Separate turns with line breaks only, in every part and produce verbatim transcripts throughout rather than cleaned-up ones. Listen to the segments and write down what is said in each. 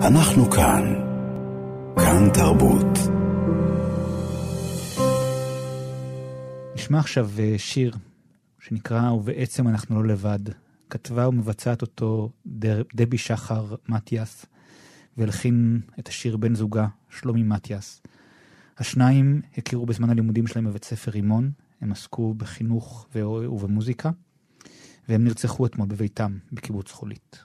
אנחנו כאן. כאן תרבות.
נשמע עכשיו שיר שנקרא ובעצם אנחנו לא לבד. כתבה ומבצעת אותו דבי שחר מתיאס, והלחין את השיר בן זוגה שלומי מתיאס. השניים הכירו בזמן הלימודים שלהם בבית ספר רימון, הם עסקו בחינוך ובמוזיקה, והם נרצחו אתמול בביתם בקיבוץ חולית.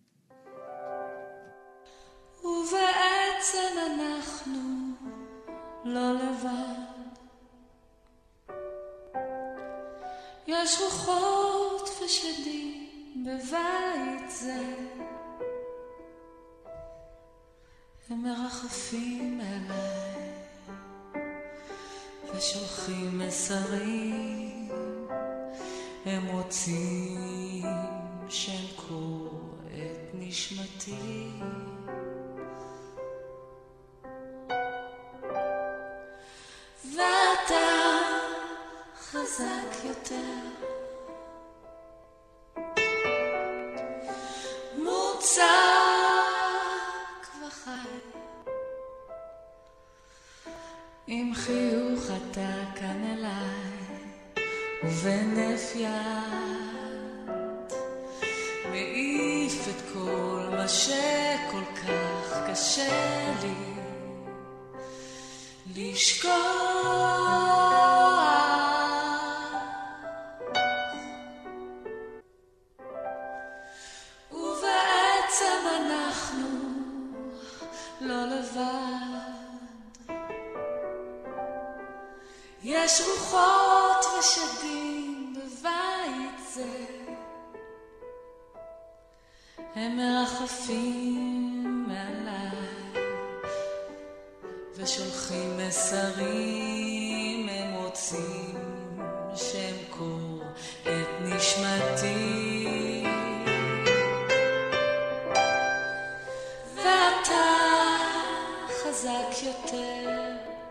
ובעצם אנחנו לא לבד, יש רוחות ושדים בבית זה, הם מרחפים אליי ושולחים מסרים, הם רוצים שנקור את נשמתי, ואתה חזק יותר, מוצק וחי, עם חיוך אתה כאן אליי, ובנף יד מעיף את כל מה שכל כך קשה לי לשכוח. ובעצם אנחנו לא לבד, יש רוחות ושדים בבית זה, הם מרחפים מעליי ושולחים מסרים, הם רוצים שאמכור את נשמתי, ואתה חזק יותר,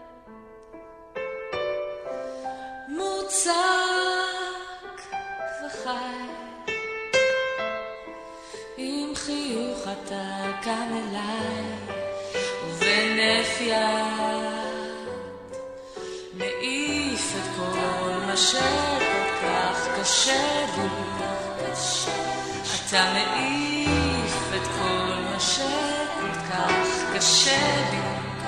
מוצק וחי, עם חיוך אתה כאן אליי, ובנף יד מעיף את כל מה שכל כך קשה לי, אתה מעיף את כל מה שכל כך קשה לי,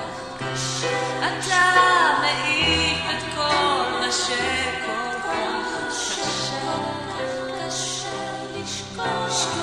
אתה מעיף את כל מה שכל כך קשה לשכוח.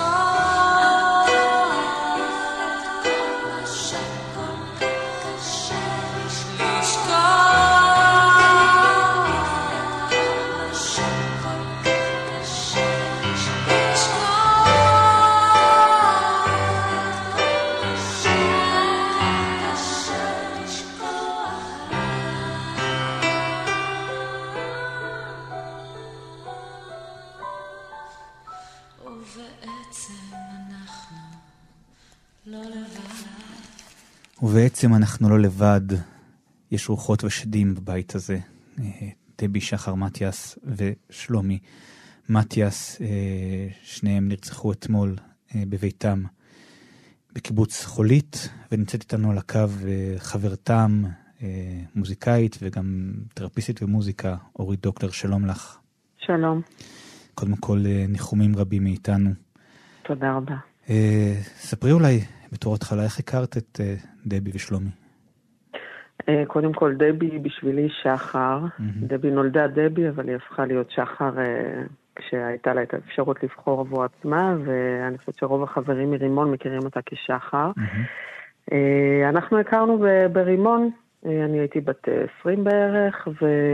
ובעצם אנחנו לא לבד, יש רוחות ושדים בבית הזה. דבי שחר מתיאס ושלומי מתיאס, שניהם נרצחו אתמול בביתם בקיבוץ חולית, ונמצאת איתנו על הקו חברתם, מוזיקאית וגם תרפיסטית ומוזיקה, אורית דוקטור, שלום לך.
שלום.
קודם כל ניחומים רבים מאיתנו.
תודה רבה.
ספרי אולי בתור התחלה, איך הכרת את דבי ושלומי?
קודם כל, דבי בשבילי שחר. דבי נולדה דבי, אבל היא הפכה להיות שחר כשהייתה לה את האפשרות לבחור עבור עצמה, ואני חושבת שרוב החברים מרימון מכירים אותה כשחר. אנחנו הכרנו ברימון, אני הייתי בת עשרים בערך,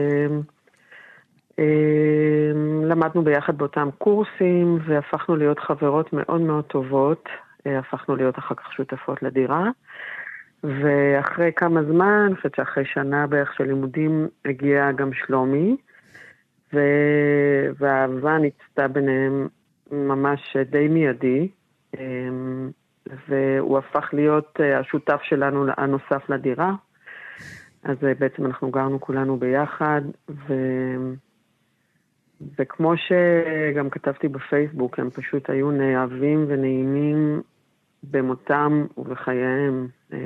ולמדנו ביחד באותם קורסים, והפכנו להיות חברות מאוד מאוד טובות, הפכנו להיות אחר כך שותפות לדירה, ואחרי כמה זמן, אני חושבת שאחרי שנה בערך של לימודים, הגיע גם שלומי, והאהבה נצתה ביניהם ממש די מיידי, והוא הפך להיות השותף שלנו הנוסף לדירה, אז בעצם אנחנו גרנו כולנו ביחד, ו... וכמו שגם כתבתי בפייסבוק, הם פשוט היו נאהבים ונעימים במותם ובחייהם,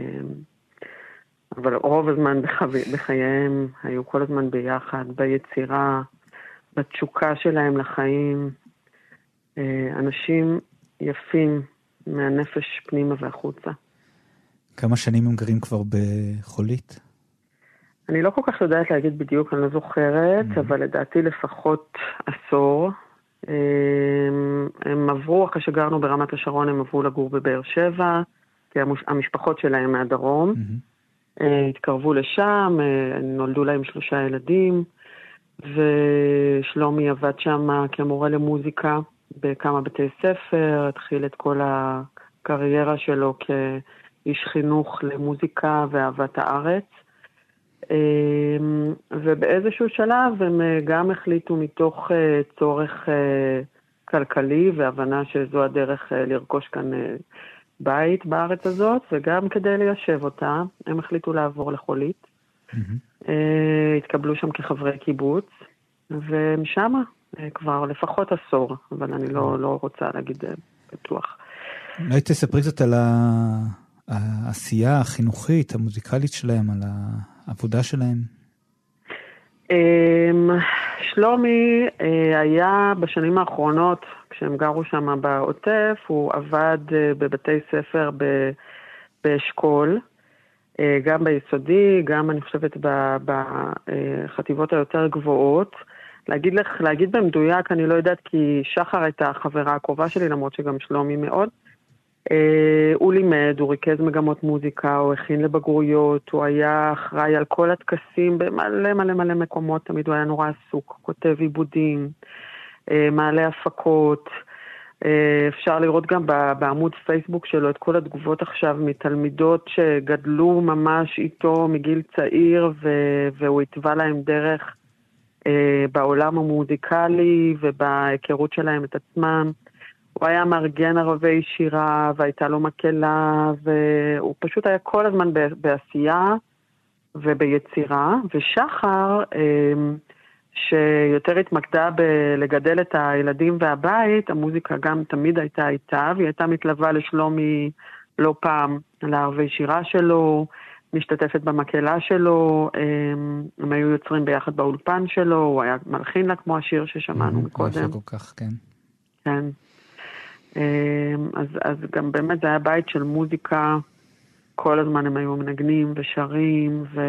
אבל רוב הזמן בחייהם היו כל הזמן ביחד, ביצירה, בתשוקה שלהם לחיים, אנשים יפים מהנפש פנימה והחוצה.
כמה שנים הם גרים כבר בחולית?
אני לא כל כך יודעת להגיד בדיוק, אני לא זוכרת, mm-hmm. אבל לדעתי לפחות עשור. הם, הם עברו, אחרי שגרנו ברמת השרון, הם עברו לגור בבאר שבע, כי המשפחות שלהם מהדרום. Mm-hmm. התקרבו לשם, נולדו להם שלושה ילדים, ושלומי עבד שם כמורה למוזיקה בכמה בתי ספר, התחיל את כל הקריירה שלו כאיש חינוך למוזיקה ואהבת הארץ. ובאיזשהו שלב הם גם החליטו מתוך צורך כלכלי והבנה שזו הדרך לרכוש כאן בית בארץ הזאת, וגם כדי ליישב אותה, הם החליטו לעבור לחולית. Mm-hmm. התקבלו שם כחברי קיבוץ, ומשם כבר לפחות עשור, אבל אני לא, לא רוצה להגיד בטוח.
אולי תספרי קצת על העשייה החינוכית, המוזיקלית שלהם, על העבודה שלהם.
שלומי היה בשנים האחרונות, כשהם גרו שם בעוטף, הוא עבד בבתי ספר באשכול, גם ביסודי, גם אני חושבת בחטיבות היותר גבוהות. להגיד לך, להגיד במדויק, אני לא יודעת, כי שחר הייתה החברה הקרובה שלי, למרות שגם שלומי מאוד. הוא לימד, הוא ריכז מגמות מוזיקה, הוא הכין לבגרויות, הוא היה אחראי על כל התקסים במלא מלא מלא מקומות, תמיד הוא היה נורא עסוק, כותב עיבודים, מעלה הפקות. אפשר לראות גם בעמוד פייסבוק שלו את כל התגובות עכשיו מתלמידות שגדלו ממש איתו מגיל צעיר, והוא התווה להם דרך בעולם המוזיקלי ובהיכרות שלהם את עצמם. הוא היה מארגן ערבי שירה, והייתה לו מקהלה, והוא פשוט היה כל הזמן בעשייה וביצירה. ושחר, שיותר התמקדה בלגדל את הילדים והבית, המוזיקה גם תמיד הייתה איתה, והיא הייתה מתלווה לשלומי לא פעם לערבי שירה שלו, משתתפת במקהלה שלו, הם היו יוצרים ביחד באולפן שלו, הוא היה מלחין לה כמו השיר ששמענו מקודם.
יפה כל כך, כן.
כן. אז, אז גם באמת זה היה בית של מוזיקה, כל הזמן הם היו מנגנים ושרים ו...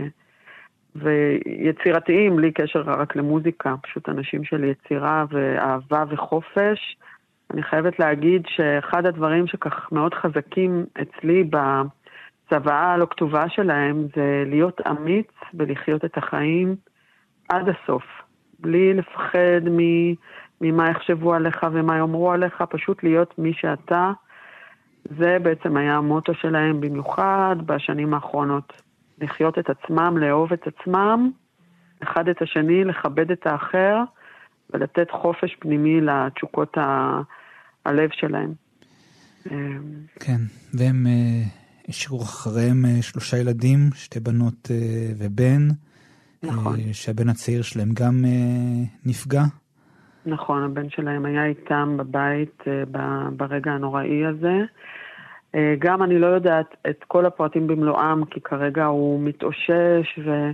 ויצירתיים, בלי קשר רק למוזיקה, פשוט אנשים של יצירה ואהבה וחופש. אני חייבת להגיד שאחד הדברים שכך מאוד חזקים אצלי בצוואה הלא כתובה שלהם, זה להיות אמיץ ולחיות את החיים עד הסוף, בלי לפחד מ... ממה יחשבו עליך ומה יאמרו עליך, פשוט להיות מי שאתה. זה בעצם היה המוטו שלהם במיוחד בשנים האחרונות. לחיות את עצמם, לאהוב את עצמם, אחד את השני, לכבד את האחר, ולתת חופש פנימי לתשוקות ה... הלב שלהם.
כן, והם השאירו אחריהם שלושה ילדים, שתי בנות ובן, נכון. שהבן הצעיר שלהם גם נפגע.
נכון, הבן שלהם היה איתם בבית ברגע הנוראי הזה. גם אני לא יודעת את כל הפרטים במלואם, כי כרגע הוא מתאושש, ו...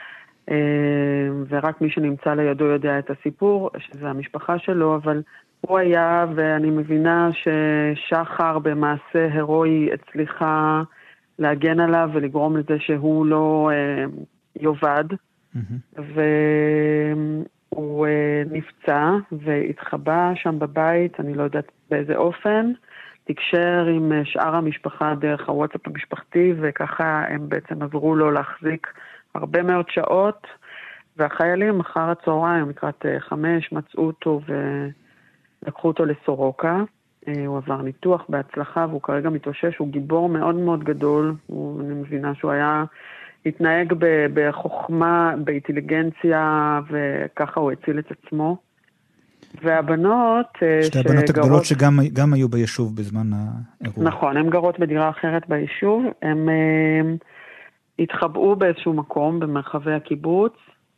ורק מי שנמצא לידו יודע את הסיפור, שזה המשפחה שלו, אבל הוא היה, ואני מבינה ששחר במעשה הרואי הצליחה להגן עליו ולגרום לזה שהוא לא יובד, mm-hmm. והוא נפצע והתחבא שם בבית, אני לא יודעת באיזה אופן, תקשר עם שאר המשפחה דרך הוואטסאפ המשפחתי, וככה הם בעצם עזרו לו להחזיק הרבה מאוד שעות, והחיילים אחר הצהריים, לקראת חמש, מצאו אותו ולקחו אותו לסורוקה. הוא עבר ניתוח בהצלחה, והוא כרגע מתאושש, הוא גיבור מאוד מאוד גדול, הוא, אני מבינה שהוא היה, התנהג בחוכמה, באינטליגנציה, וככה הוא הציל את עצמו. והבנות
שתי הבנות הגדולות שגם גם היו ביישוב בזמן האירוע.
נכון, הן גרות בדירה אחרת ביישוב, הם התחבאו באיזשהו מקום במרחבי הקיבוץ,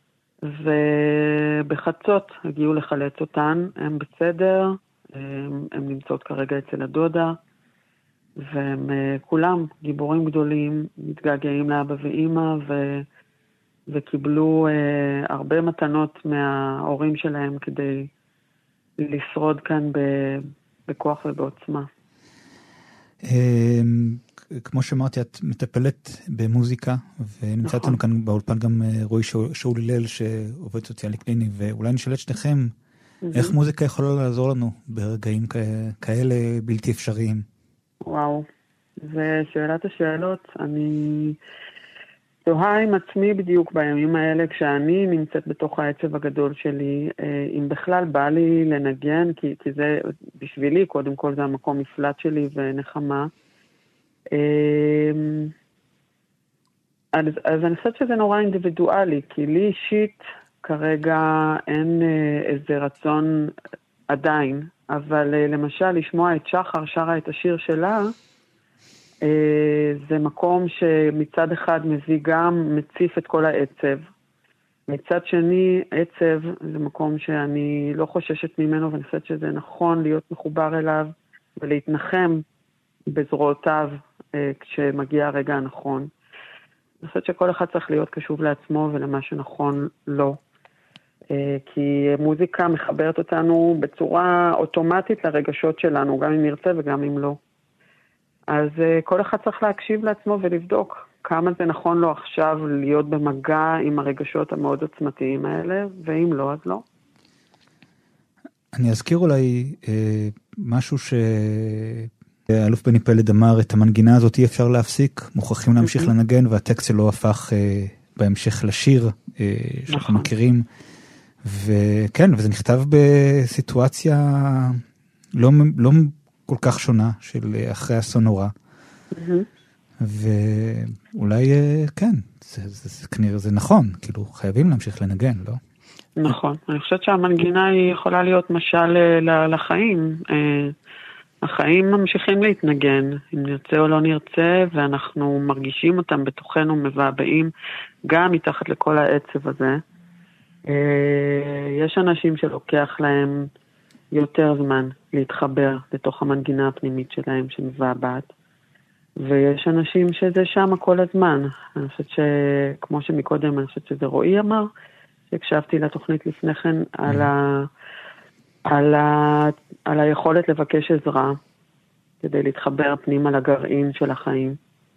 ובחצות הגיעו לחלץ אותן, הם בסדר, הם נמצאות כרגע אצל הדודה, והם כולם גיבורים גדולים, מתגעגעים לאבא ואמא, ו... וקיבלו uh, הרבה מתנות מההורים שלהם כדי לשרוד כאן ב... בכוח ובעוצמה.
כמו שאמרתי, את מטפלת במוזיקה, ונמצא אותנו כאן באולפן גם רועי שאול הלל, שעובד סוציאלי קליני, ואולי נשאל את שניכם, איך מוזיקה יכולה לעזור לנו ברגעים כאלה בלתי אפשריים?
וואו, ושאלת השאלות, אני תוהה עם עצמי בדיוק בימים האלה, כשאני נמצאת בתוך העצב הגדול שלי, אם בכלל בא לי לנגן, כי, כי זה בשבילי, קודם כל זה המקום מפלט שלי ונחמה. אז, אז אני חושבת שזה נורא אינדיבידואלי, כי לי אישית כרגע אין איזה רצון עדיין, אבל למשל לשמוע את שחר שרה את השיר שלה, זה מקום שמצד אחד מביא גם, מציף את כל העצב. מצד שני, עצב זה מקום שאני לא חוששת ממנו, ואני חושבת שזה נכון להיות מחובר אליו ולהתנחם בזרועותיו כשמגיע הרגע הנכון. אני חושבת שכל אחד צריך להיות קשוב לעצמו ולמה שנכון לו. כי מוזיקה מחברת אותנו בצורה אוטומטית לרגשות שלנו, גם אם נרצה וגם אם לא. אז כל אחד צריך להקשיב לעצמו ולבדוק כמה זה נכון לו עכשיו להיות במגע עם הרגשות המאוד עוצמתיים האלה, ואם לא, אז לא.
אני אזכיר אולי אה, משהו שאלוף בני פלד אמר, את המנגינה הזאת אי אפשר להפסיק, מוכרחים להמשיך לנגן, והטקסט שלו הפך אה, בהמשך לשיר אה, שאנחנו מכירים. וכן, וזה נכתב בסיטואציה לא, לא כל כך שונה של אחרי אסון נורא. ואולי, כן, זה, זה, זה, כנראה זה נכון, כאילו חייבים להמשיך לנגן, לא?
נכון, אני חושבת שהמנגינה היא יכולה להיות משל לחיים. החיים ממשיכים להתנגן, אם נרצה או לא נרצה, ואנחנו מרגישים אותם בתוכנו, מבעבעים, גם מתחת לכל העצב הזה. יש אנשים שלוקח להם יותר זמן להתחבר לתוך המנגינה הפנימית שלהם שמבעבעת, ויש אנשים שזה שם כל הזמן. אני חושבת שכמו שמקודם, אני חושבת שזה רועי אמר, שהקשבתי לתוכנית לפני כן על, ה, על, ה, על היכולת לבקש עזרה, כדי להתחבר פנימה לגרעין של החיים,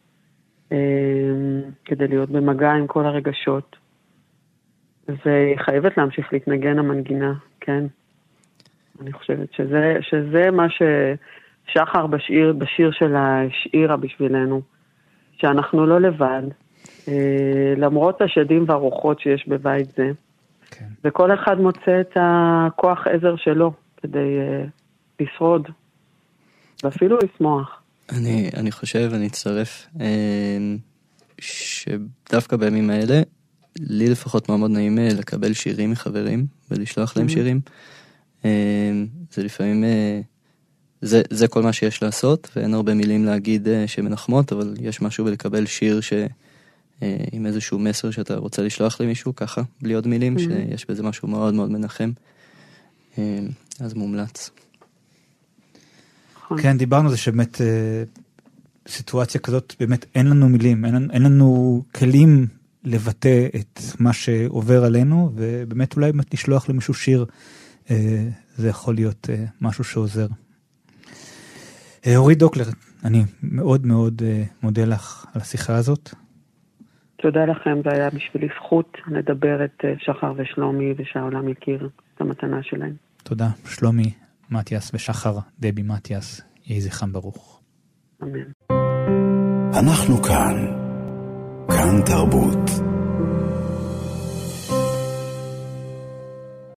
כדי להיות במגע עם כל הרגשות, והיא חייבת להמשיך להתנגן המנגינה, כן? אני חושבת שזה, שזה מה ששחר בשיר, בשיר שלה השאירה בשבילנו, שאנחנו לא לבד, למרות השדים והרוחות שיש בבית זה, כן. וכל אחד מוצא את הכוח עזר שלו כדי לשרוד, ואפילו לשמוח.
אני, אני חושב, אני אצטרף, שדווקא בימים האלה, לי לפחות מאוד נעים לקבל שירים מחברים, ולשלוח להם שירים. זה לפעמים, זה, זה כל מה שיש לעשות, ואין הרבה מילים להגיד שמנחמות, אבל יש משהו בלקבל שיר ש... עם איזשהו מסר שאתה רוצה לשלוח למישהו, ככה, בלי עוד מילים, שיש בזה משהו מאוד מאוד מנחם. אז מומלץ.
כן, דיברנו זה שבאמת סיטואציה כזאת, באמת אין לנו מילים, אין, אין לנו כלים לבטא את מה שעובר עלינו, ובאמת אולי באמת לשלוח למישהו שיר, זה יכול להיות משהו שעוזר. אורית דוקלר, אני מאוד מאוד מודה לך על השיחה הזאת.
תודה לכם, זה היה בשבילי זכות לדבר את שחר ושלומי, ושהעולם יכיר את המתנה שלהם.
תודה, שלומי מתיאס ושחר דבי מתיאס, יהי זכרם ברוך.
אמן.
אנחנו כאן, כאן תרבות.